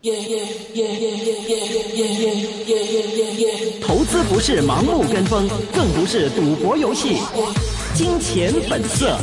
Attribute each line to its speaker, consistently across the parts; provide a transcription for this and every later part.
Speaker 1: 投资不是盲目跟风，更不是赌博游戏。金钱本色。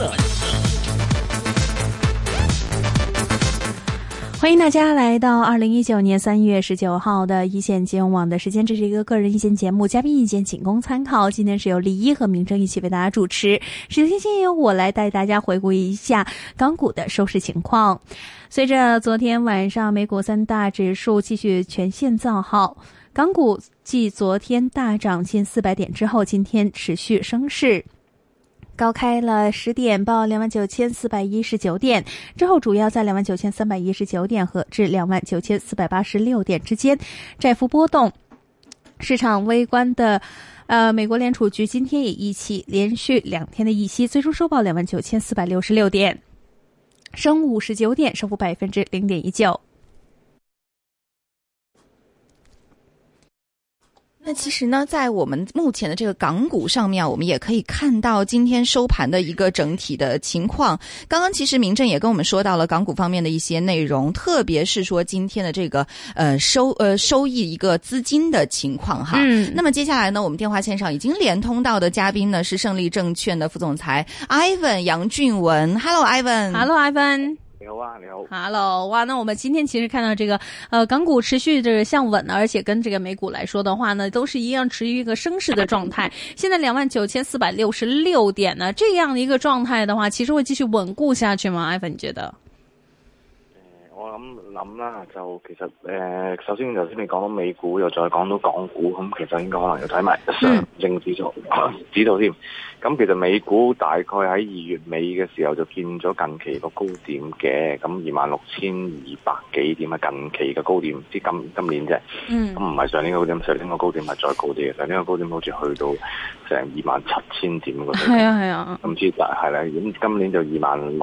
Speaker 2: 欢迎大家来到2019年3月19号的一线金融网的时间，这是一个个人意见节目，嘉宾意见仅供参考。今天是由李一和明正一起为大家主持。首先由我来带大家回顾一下港股的收市情况。随着昨天晚上美股三大指数继续全线造好，港股继昨天大涨近400点之后，今天持续升势。高开了10点，报29,419点，之后主要在29,319点和至29,486点之间窄幅波动。市场微观的美国联储局今天也一起连续2天的议息，最终收报29,466点，升59点，升幅0.19%。
Speaker 3: 那其实呢，在我们目前的这个港股上面，我们也可以看到今天收盘的一个整体的情况。刚刚其实明正也跟我们说到了港股方面的一些内容，特别是说今天的这个收益一个资金的情况哈。那么接下来呢，我们电话线上已经连通到的嘉宾呢是胜利证券的副总裁 Ivan 杨俊文。Hello Ivan。Hello
Speaker 2: Ivan。
Speaker 4: 你好啊，你好。
Speaker 2: Hello， 哇，那我们今天其实看到这个港股持续的向稳呢，而且跟这个美股来说的话呢，都是一样持于一个升势的状态。现在29,466点呢，这样的一个状态的话，其實會繼續穩固下去嗎 ？Ivan， 你覺得？
Speaker 4: 我諗啦，就其實首先頭先你講到美股，又再講到港股，咁其實應該可能要睇埋上證指數添。咁其實美股大概喺2月尾嘅時候就見咗近期個高點嘅，咁26,200幾點係近期嘅高點，即今年啫。咁唔係上年嘅高點，上年個高點係再高啲嘅，上年個高點好似去到成27,000點嗰度。係啊。咁之係啦，咁今年就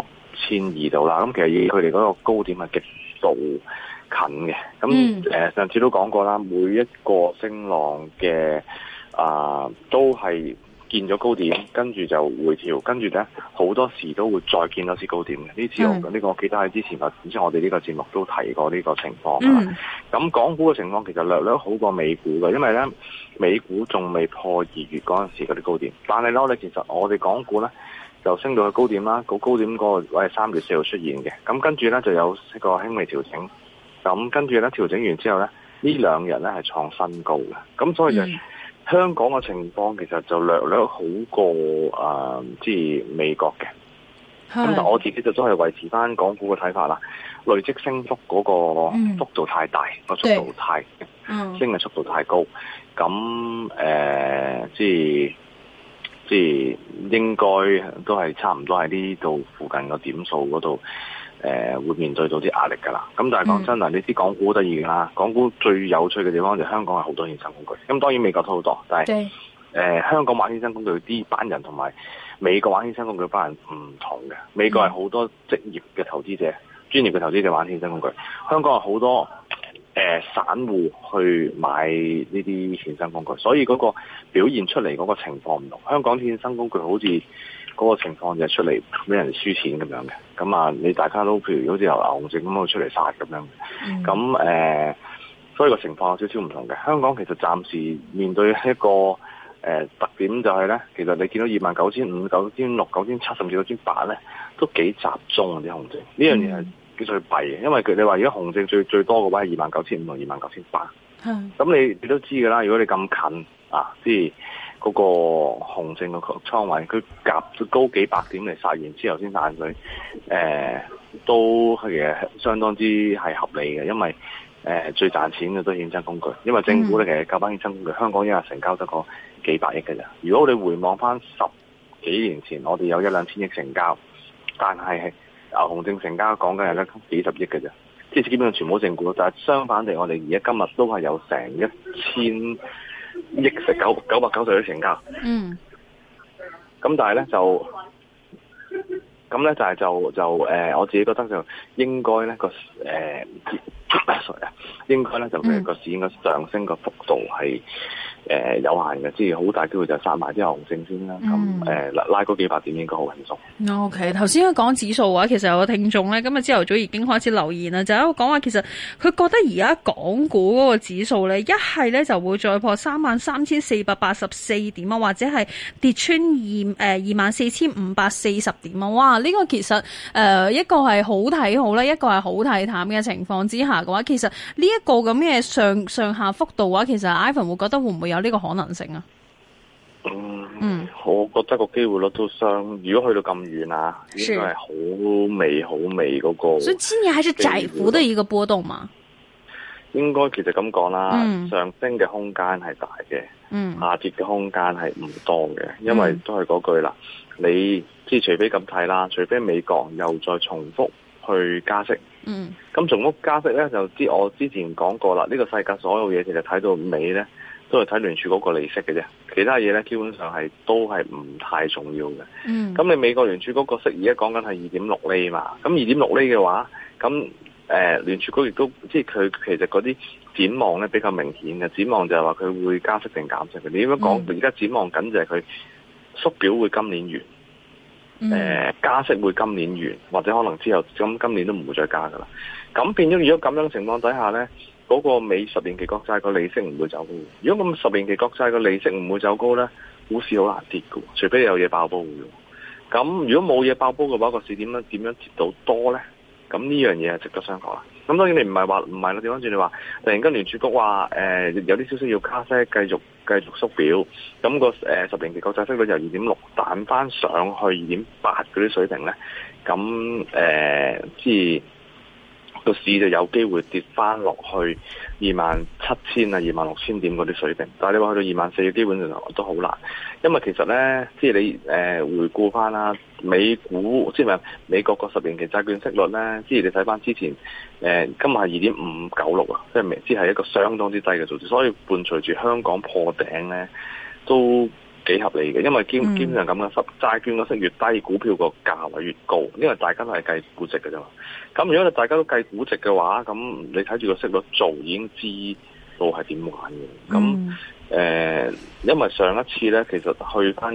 Speaker 4: 26,200到啦。咁其實以佢哋嗰個高點係極度近嘅。咁上次都講過啦，每一個升浪嘅都係見咗高點，跟住就回調，跟住咧好多時都會再見多次高點嘅。呢次我記得喺之前我哋呢個節目都提過呢個情況啦。咁港股嘅情況其實略好過美股嘅，因為咧美股仲未破2月嗰陣時嗰啲高點，但係咧其實我哋港股咧就升到去高點啦，高點嗰個位係3月4號出現嘅。咁跟住咧就有一個輕微調整，咁跟住咧調整完之後咧呢2日咧係創新高嘅。咁所以就香港嘅情況其實就略好過即係美國嘅。咁但我自己就都係維持翻港股嘅睇法啦。累積升幅嗰個幅度太大，個速度太升嘅速度太高。咁即係應該都係差唔多喺呢度附近個點數嗰度會面對到啲壓力㗎啦。咁但係講真啦，你知港股得意㗎啦，港股最有趣嘅地方就係香港係好多衍生工具。咁當然美國都好多，但係香港玩衍生工具啲班人同埋美國玩衍生工具班人唔同嘅。美國係好多職業嘅投資者、專業嘅投資者玩衍生工具，香港係好多散戶去買呢啲衍生工具，所以嗰個表現出嚟嗰個情況唔同。香港衍生工具好似嗰個情況就係出嚟俾人輸錢咁樣嘅，咁你大家都譬如好似由牛熊證咁出嚟殺咁樣，咁所以個情況有少少唔同嘅。香港其實暫時面對一個特點就係咧，其實你見到29,500、9,600、9,700甚至9,800咧，都幾集中啲熊證。呢樣嘢係幾最弊嘅，因為你話而家熊證最多嘅話係29,500同29,800。咁你都知㗎啦，如果你咁近即係嗰個熊證嘅倉位，佢夾高幾百點嚟殺完之後先散水，都其實相當之係合理嘅，因為最賺錢嘅都係衍生工具，因為政府咧其實靠翻衍生工具，香港一日成交得個幾百億嘅啫。如果我哋回望翻10幾年前，我哋有1-2千億成交，但係熊證成交講緊係得幾十億嘅啫，即係基本上全部正股。但係相反地，我哋而家今日都係有成1000億990億成交。咁但係咧我自己覺得就應該咧應該咧就個市應該上升個幅度係有限嘅，即係好大機會就殺埋啲牛熊證先啦。咁拉嗰幾百點應該好輕鬆。
Speaker 2: OK， 頭先講指數嘅話，其實有個聽眾咧，今日朝頭早已經開始留言啦，就喺度講話，其實佢覺得而家港股嗰個指數咧，一係咧就會再破33,484點啊，或者係跌穿24,540點啊。哇！呢個其實一個係好睇好啦，一個係好睇淡嘅情況之下嘅話，其實呢一個咁嘅上下幅度嘅話，其實 Ivan 會覺得會唔會有呢個可能性啊？
Speaker 4: 我覺得個機會率都如果去到咁遠啊，應該係好微嗰個。
Speaker 2: 所以今年還是窄幅的一個波動嘛？
Speaker 4: 應該其實咁講啦，上升嘅空間係大嘅，下跌嘅空間係唔多嘅，因為都係嗰句啦，你即係除非咁睇啦，除非美國又再重複去加息，咁重複加息咧就我之前講過啦，呢個世界所有嘢其實睇到尾咧，都係睇聯儲嗰個利息嘅啫，其他嘢咧基本上都係唔太重要嘅。咁你美國聯儲嗰個息而家講緊係2.6厘嘛，咁2.6厘嘅話，咁聯儲局亦都即係佢其實嗰啲展望咧比較明顯嘅，展望就係話佢會加息定減息嘅。你點樣講？而家展望緊就係佢縮表會今年完。加息會今年完，或者可能之後今年都唔會再加噶啦。咁變咗，如果咁樣情況底下呢，嗰個美10年期國債個利息唔會走高。如果咁10年期國債個利息唔會走高呢，股市好難跌㗎，除非有嘢爆煲嘅。咁如果冇嘢爆煲嘅話，個市點樣跌到多呢？咁呢樣嘢係值得商榷啦。咁當然你唔係啦，調翻轉你話突然間聯儲局話有啲消息要加息，繼續縮表，咁個10年期國債息率由2.6彈翻上去2.8嗰啲水平咧，咁即係個市就有機會跌翻落去27,000啊26,000點嗰啲水平。但係你話去到24,000，基本上都好難，因為其實咧，即係你回顧翻啦，美股即係美國個10年期債券息率咧，即係你睇翻之前今日係2.596啊，即係一個相當之低嘅數字，所以伴隨住香港破頂咧，都幾合理嘅，因為基本上咁嘅債券個息越低，股票個價位越高，因為大家都係計估值嘅啫嘛。咁如果你大家都計估值嘅話，咁你睇住個息率做已經知道係點玩嘅。咁因為上一次咧，其實去翻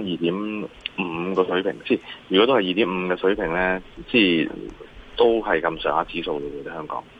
Speaker 4: 2.5個水平，即係如果都係2.5嘅水平咧，即係都係咁上下指數嚟嘅香港。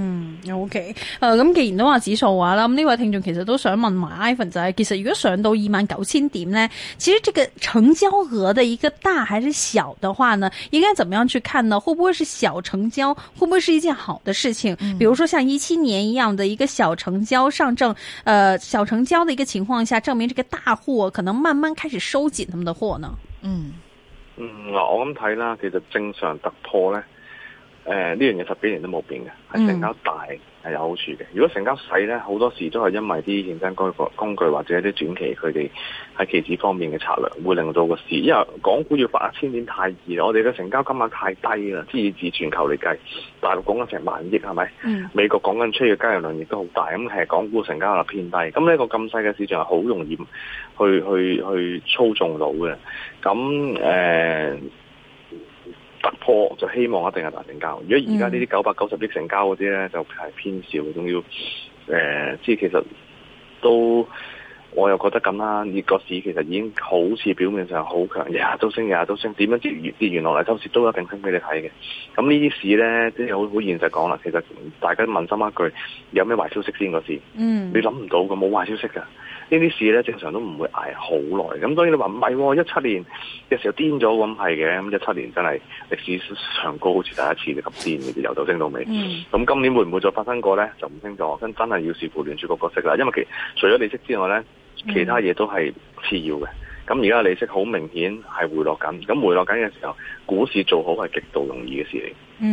Speaker 2: OK， 咁既然都話指數話啦，咁呢位聽眾其實都想問埋 Ivan 就係，其實如果上到29,000點呢，其實這個成交額的一個大還是小的話呢，應該怎麼樣去看呢？會不會是小成交？會不會是一件好的事情？比如說像17年一樣的一個小成交上證，小成交的一個情況下，證明這個大戶可能慢慢開始收緊他們的貨呢？
Speaker 4: 我咁睇啦，其實正常突破呢。呢樣嘢10幾年都冇變嘅，係成交大係有好處嘅。如果成交細咧，好多時都係因為啲衍生工具或者啲短期佢哋喺期指方面嘅策略，會令到個市。因為港股要發1000點太易啦，我哋嘅成交金額太低啦，即係以全球嚟計，大陸講緊成萬億係咪？美國講緊出嘅交易量亦都好大，咁係港股成交額偏低。咁呢個咁細嘅市場係好容易去操縱到嘅。咁突破就希望一定係大成交。如果而家呢啲990億成交嗰啲咧，就係偏少，仲要即係其實都我又覺得咁啦。個市其實已經好似表面上好強，日日都升，點樣跌完落嚟收市都一定升俾你睇嘅。咁呢啲市咧，即係好現實講啦。其實大家問心一句，有咩壞消息先個市？你諗唔到嘅，冇壞消息㗎。呢啲市咧正常都唔會捱好耐，咁當然你話唔係，17年嘅時候癲咗咁係嘅，咁17年真係歷史上高，好似第一次咁癲嘅，由頭升到尾。咁今年會唔會再發生過咧？就唔清楚，真係要視乎聯儲局角色啦。因為除咗利息之外咧，其他嘢都係次要嘅。咁而家利息好明顯係回落緊，咁回落緊嘅時候，股市做好係極度容易嘅事嚟。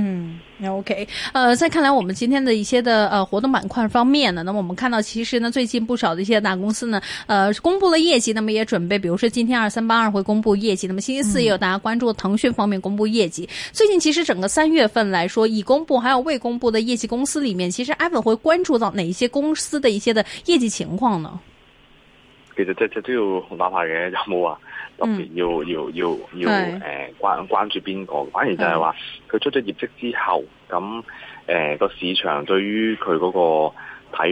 Speaker 2: OK， 再看來我們今天的一些的活動板塊方面呢，那麼我們看到其實呢，最近不少的一些大公司呢，公布了業績，那麼也準備，比如說今天2382會公布業績，那麼星期四也有大家關注的騰訊方面公布業績。最近其實整個3月份來說，已公布還有未公布的業績公司裏面，其實 Ivan 會關注到哪一些公司的一些的業績情況呢？
Speaker 4: 其實只都要打牌嘅，有冇話特別要關注邊個？反而就係話佢出咗業績之後，咁個市場對於佢嗰個睇法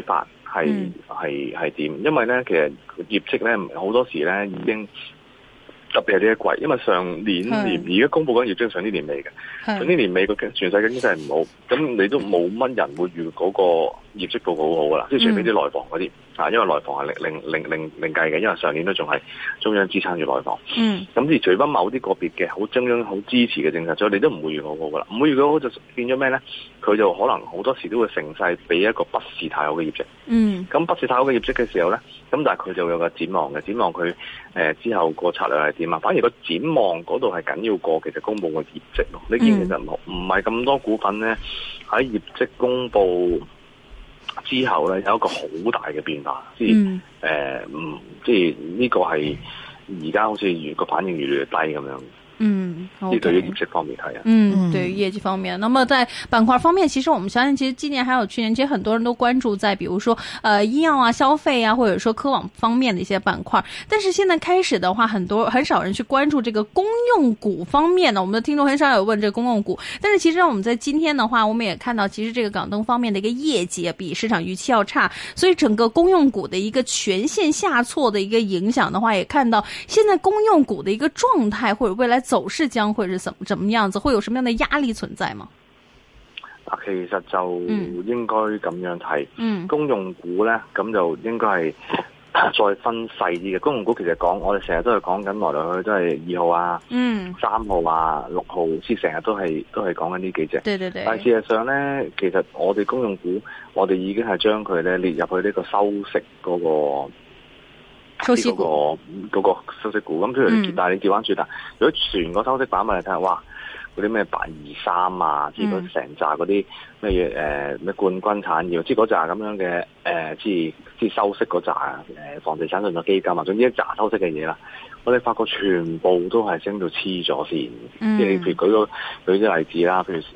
Speaker 4: 係點？因為咧其實業績咧好多時咧已經。特別係呢一季，因為上年而家公佈緊業績上年年尾嘅，上年年尾個全世界經濟係唔好，咁你都冇乜人會預嗰個業績報告好好噶啦，即係除非啲內房嗰啲因為內房係另計嘅，因為上年都仲係中央支撐住內房，咁而除翻某啲個別嘅好中央好支持嘅政策，所以你都唔會預好好噶啦，唔會預好好就變咗咩咧？佢就可能好多時都會成勢俾一個不是太好嘅業績，咁不是太好嘅業績嘅時候咧，咁但係佢就有個展望嘅，展望佢之後個策略係點啊？反而個展望嗰度係緊要過其實公佈個業績咯。呢件其實唔係咁多股份咧喺業績公佈之後咧有一個好大嘅變化，即係呢個係而家好似個反應越嚟越低咁樣。
Speaker 2: okay.
Speaker 4: 對於業績方面係啊。
Speaker 2: 對於業績方面，那麼在板塊方面，其實我們相信，其實今年還有去年，其實很多人都關注在，比如說醫藥啊、消費啊，或者說科網方面的一些板塊。但是現在開始的話，很少人去關注這個公用股方面呢。我們的聽眾很少有問這個公用股，但是其實我們在今天的話，我們也看到，其實這個港燈方面的一個業績比市場預期要差，所以整個公用股的一個全線下挫的一個影響的話，也看到現在公用股的一個狀態或者未來走勢將會是怎麼樣子，會有什麼樣的壓力存在嗎？
Speaker 4: 其實就應該咁樣睇，公用股咧咁就應該係再分細啲嘅。公用股其實我哋成日都係講緊來來去去都係2號啊、3號啊、6號，即係成日都係講緊呢幾隻。對。但係事實上咧，其實我哋公用股，我哋已經係將佢咧列入去呢個收息嗰個。收息股嗰個收息股，咁譬如但係你調翻轉啦，如果全個收息板塊嚟睇下，哇，嗰啲咩823啊，即係嗰成扎嗰啲咩嘢咩冠軍產業，即係嗰扎咁樣嘅即係收息嗰扎房地產信託基金啊，總之一扎收息嘅嘢啦，我哋發覺全部都係升到黐咗線，即係譬如舉啲例子啦，譬如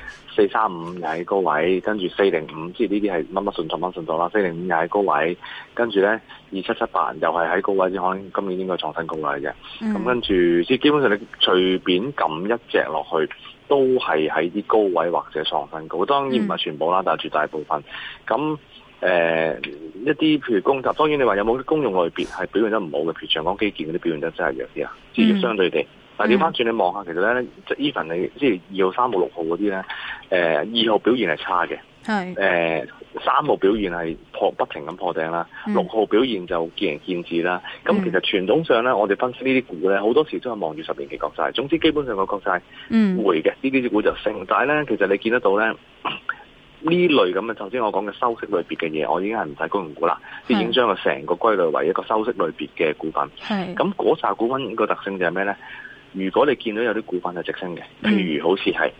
Speaker 4: 435又喺高位，跟住405，即係呢啲係乜信託啦，405又喺高位，跟住咧2778又係喺高位，可能今年應該創新高位嘅。咁跟住即係基本上你隨便撳一隻落去，都係喺啲高位或者創新高。當然唔係全部啦，但係絕大部分。咁一啲譬如公集，當然你話有冇啲公用類別係表現得唔好嘅，譬如長江基建嗰啲表現得真係弱啲啊，即係相對地。但係調翻轉你望下，其實咧，even 你即係2號、3號、6號嗰啲咧，2號表現係差嘅，係3號表現係不停咁破頂啦，6號表現就見仁見智啦。咁其實傳統上咧，我哋分析呢啲股咧，好多時都係望住10年期國債。總之基本上個國債回嘅，呢啲股就升。但係咧，其實你見得到咧，呢類咁嘅頭先我講嘅收息類別嘅嘢，我已經係唔睇公用股啦，即係已經將佢成個歸類為一個收息類別嘅股份。咁嗰紮股份個特性就係咩咧？如果你見到有啲股份係直升嘅，譬如好似係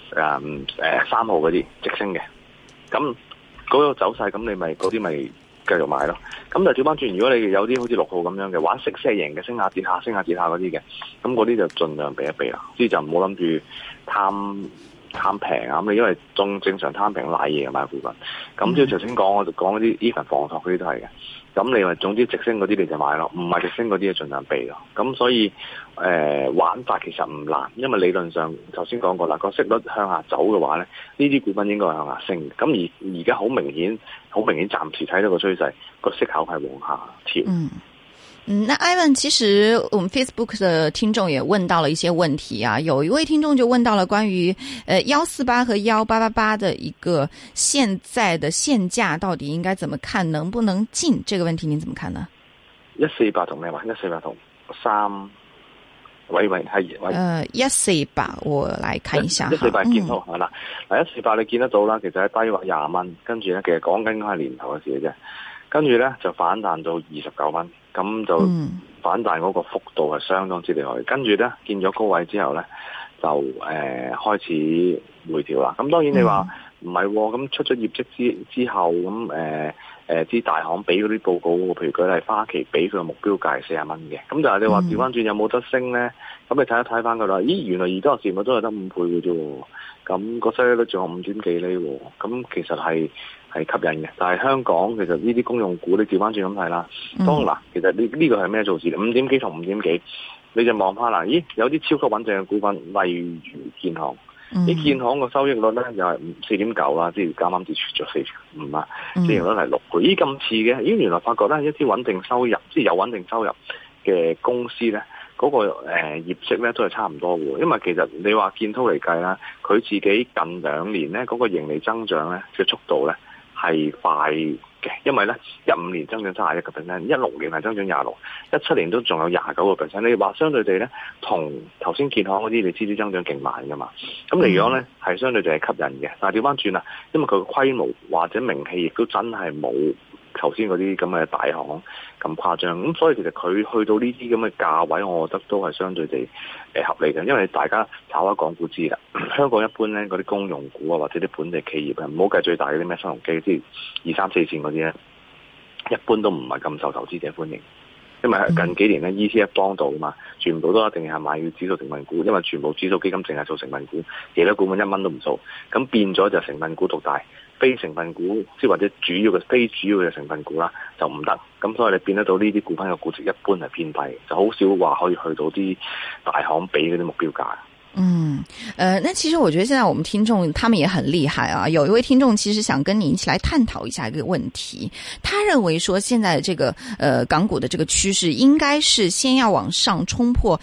Speaker 4: 3號嗰啲直升嘅，咁嗰個走勢，咁你咪嗰啲咪繼續買咯。咁就調翻轉，如果你有啲好似6號咁樣嘅玩息型嘅，升下跌下嗰啲嘅，咁嗰啲就盡量避一避啦。即係就唔好諗住貪平啊！咁你因為正常貪平瀨嘢買股份，咁即係頭先講我就講嗰啲 even 房託嗰啲都係嘅。咁你話總之直升嗰啲你就買咯，唔係直升嗰啲就盡量避咯。咁所以玩法其實唔難，因為理論上頭先講過啦，個息率向下走嘅話咧，呢啲股份應該係向下升。咁而家好明顯暫時睇到個趨勢，個息口係往下調。
Speaker 3: 那 Ivan， 其實我們 Facebook 的聽眾也問到了一些問題啊，有一位聽眾就問到了關於148和1888的一個現在的現價到底應該怎麼看，能不能進？這個問題您怎麼看呢
Speaker 4: ？148同咩話？148同3，喂係
Speaker 3: 148，我來看一下。
Speaker 4: 148見到係啦，嗱148你見得到啦，其實喺低位20蚊，跟住咧其實講緊係年頭嘅事嘅啫，跟住咧就反彈到29蚊。咁就反彈嗰個幅度係相當之厲害，跟住咧見咗高位之後咧，就開始回調啦。咁當然你話唔係喎，咁出咗業績之後，咁啲大行俾嗰啲報告，譬如佢係花旗俾佢嘅目標價係40蚊嘅。咁但係你話調翻轉有冇得升咧？咁你睇一睇翻佢啦，咦原來而家個市咪都係得5倍嘅啫喎，咁個息率仲有5.幾厘喎，咁其實係吸引嘅。但係香港其實呢啲公用股你調翻轉咁睇啦，當嗱其實呢個係咩數字？5.幾同5.幾，你就望翻啦，咦有啲超級穩陣嘅股份，例如建行， 你建行個收益率咧又係4.9啦，即係啱啱跌出咗4.5啦，市盈率係6倍。咦咁似嘅，咦原來發覺咧一啲穩定收入，即係有穩定收入嘅公司咧，嗰個業績咧都係差唔多嘅。因為其實你話建滔嚟計啦，佢自己近2年咧嗰個盈利增長咧嘅速度咧係快嘅，因為咧15年增長31%， 16年係增長26%， 17年都仲有29%。你話相對地咧，同頭先建行嗰啲你知增長勁慢噶嘛？咁嚟講咧係相對地係吸引嘅。但係調翻轉啦，因為佢嘅規模或者名氣亦都真係冇頭先嗰啲咁嘅大行咁誇張，咁所以其實佢去到呢啲咁嘅價位，我覺得都係相對地合理嘅，因為大家炒下港股知啦，香港一般咧嗰啲公用股啊或者啲本地企業啊，唔好計最大嗰啲咩新鴻基，即係2、3、4線嗰啲咧，一般都唔係咁受投資者歡迎，因為近幾年咧 ETF 幫到嘛，全部都一定係買要指數成分股，因為全部指數基金淨係做成分股，其他股本1蚊都唔做，咁變咗就成分股獨大。非成分股，即或者非主要嘅成分股啦，就唔得。咁所以你變得到呢啲股份嘅估值一般係偏低，就好少話可以去到啲大行俾嗰啲目標價。
Speaker 3: 那其實我覺得現在我們聽眾他們也很厲害啊。有一位聽眾其實想跟你一起來探討一下一個問題，他認為說現在的這個港股的這個趨勢應該是先要往上衝破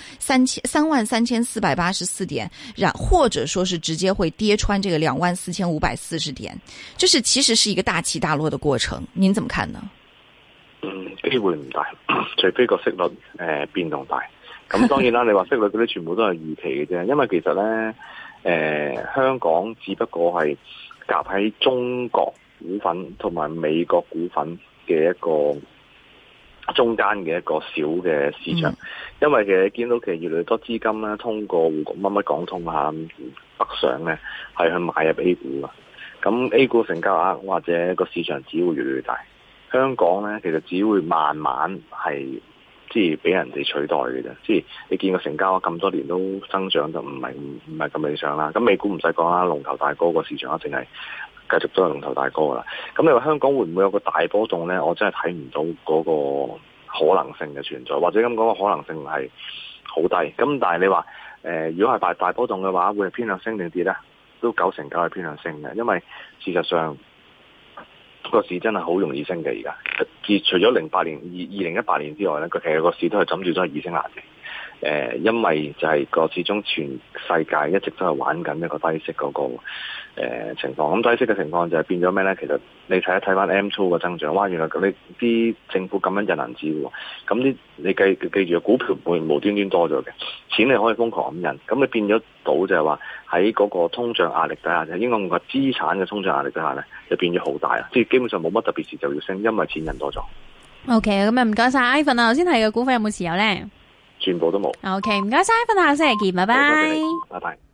Speaker 3: 33484點，或者說是直接會跌穿這個24540點，就是其實是一個大起大落的過程。您怎麼看呢？
Speaker 4: 機會唔大，除非個息率變動大。咁當然啦，你話息率嗰啲全部都係預期嘅啫，因為其實咧，香港只不過係夾喺中國股份同埋美國股份嘅一個中間嘅一個小嘅市場，因為其實見到其實越嚟越多資金咧通過滬港乜港通啊北上咧係去買入 A 股啊，咁 A 股成交額或者個市場只會越嚟越大，香港咧其實只會慢慢係。即係俾人哋取代嘅啫，即係你見個成交咁多年都增長就唔係咁理想啦。咁美股唔使講啦，龍頭大哥個市場一定係繼續都係龍頭大哥噶啦。咁你話香港會唔會有個大波動咧？我真係睇唔到嗰個可能性嘅存在，或者咁講個可能性係好低。咁但係你話如果係大波動嘅話，會係偏向升定跌咧？都99%係偏向升嘅，因為事實上。個市真係好容易升嘅，而家除咗2018年之外咧，佢其實個市都係枕住都係易升難跌。因為就係個始終全世界一直都係玩緊一個低息嗰個情況。咁低息嘅情況就係變咗咩咧？其實你睇一睇翻 M2 個增長，哇！原來你啲政府咁樣印銀紙喎，咁你記住股票會無端端多咗嘅，錢你可以瘋狂咁印，咁你變咗到就係話喺嗰個通脹壓力底下，應該講個資產嘅通脹壓力底下咧，就變咗好大啦。即係基本上冇乜特別事就要升，因為錢印多咗。
Speaker 2: OK， 咁啊唔該晒 Ivan 啊，頭先提嘅股份有冇持有咧？
Speaker 4: 全部都冇。
Speaker 2: OK， 唔該晒，分下星期見，拜拜。
Speaker 4: 拜拜。